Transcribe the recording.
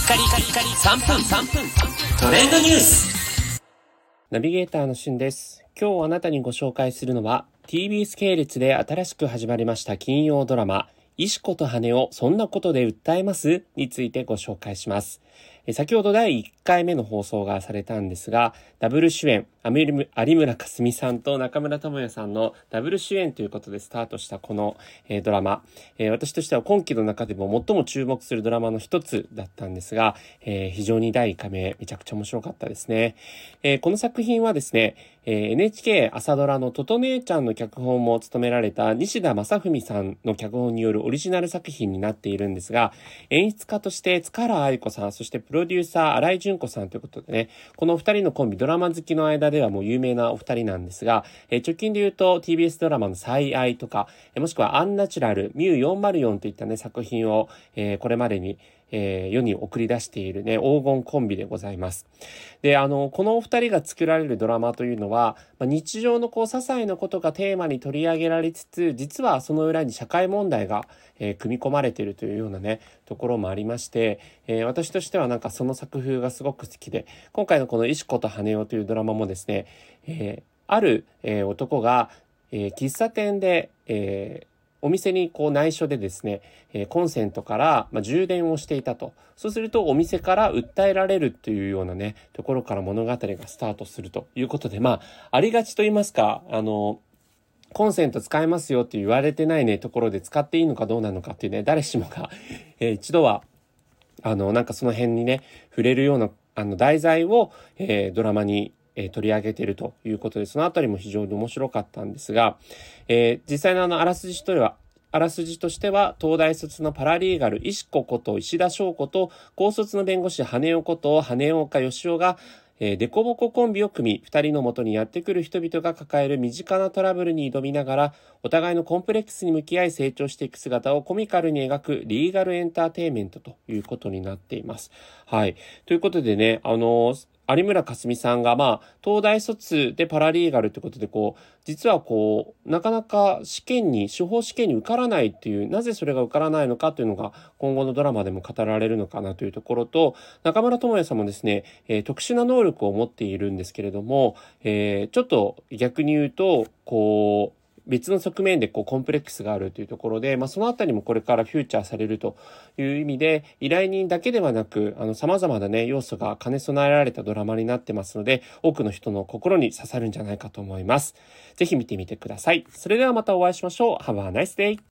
カリカリカリ3分トレンドニュース。 ナビゲーターのしゅんです。今日あなたにご紹介するのは TBS 系列で新しく始まりました金曜ドラマ石子と羽をそんなことで訴えますについてご紹介します。先ほど第1回目の放送がされたんですが、ダブル主演有村架純さんと中村倫也さんのダブル主演ということでスタートしたこのドラマ、私としては今期の中でも最も注目するドラマの一つだったんですが、非常に第1回目めちゃくちゃ面白かったですね。この作品はですね、NHK 朝ドラのとと姉ちゃんの脚本も務められた西田正文さんの脚本によるオリジナル作品になっているんですが、演出家として塚原愛子さん、そしてプロデューサー新井純子さんということでね、このお二人のコンビ、ドラマ好きの間ではもう有名なお二人なんですが、直近で言うと TBS ドラマの最愛とか、もしくはアンナチュラル、ミュー404といったね作品を、これまでに世に送り出しているね黄金コンビでございます。で、このお二人が作られるドラマというのは、日常の些細なことがテーマに取り上げられつつ、実はその裏に社会問題が、組み込まれているというようなねところもありまして、私としてはなんかその作風がすごく好きで、今回のこの石子と羽男というドラマもですね、ある、男が、喫茶店で、お店に内緒でですね、コンセントから、充電をしていたと。そうするとお店から訴えられるというようなね、ところから物語がスタートするということで、ありがちと言いますか、コンセント使えますよって言われてないね、ところで使っていいのかどうなのかっていうね、誰しもが、一度は、なんかその辺にね、触れるような、題材を、ドラマに取り上げているということで、そのあたりも非常に面白かったんですが、実際のあらすじとしては、東大卒のパラリーガル石子こと石田翔子と、高卒の弁護士羽男こと羽岡義雄が、デコボココンビを組み、二人の元にやってくる人々が抱える身近なトラブルに挑みながら、お互いのコンプレックスに向き合い成長していく姿をコミカルに描くリーガルエンターテインメントということになっています。はい。ということでね、有村架純さんが東大卒でパラリーガルってことで実はなかなか司法試験に受からないっていう、なぜそれが受からないのかというのが今後のドラマでも語られるのかなというところと、中村倫也さんもですね、特殊な能力を持っているんですけれども、ちょっと逆に言うと、別の側面でコンプレックスがあるというところで、そのあたりもこれからフューチャーされるという意味で、依頼人だけではなく、様々なね、要素が兼ね備えられたドラマになってますので、多くの人の心に刺さるんじゃないかと思います。ぜひ見てみてください。それではまたお会いしましょう。Have a nice day!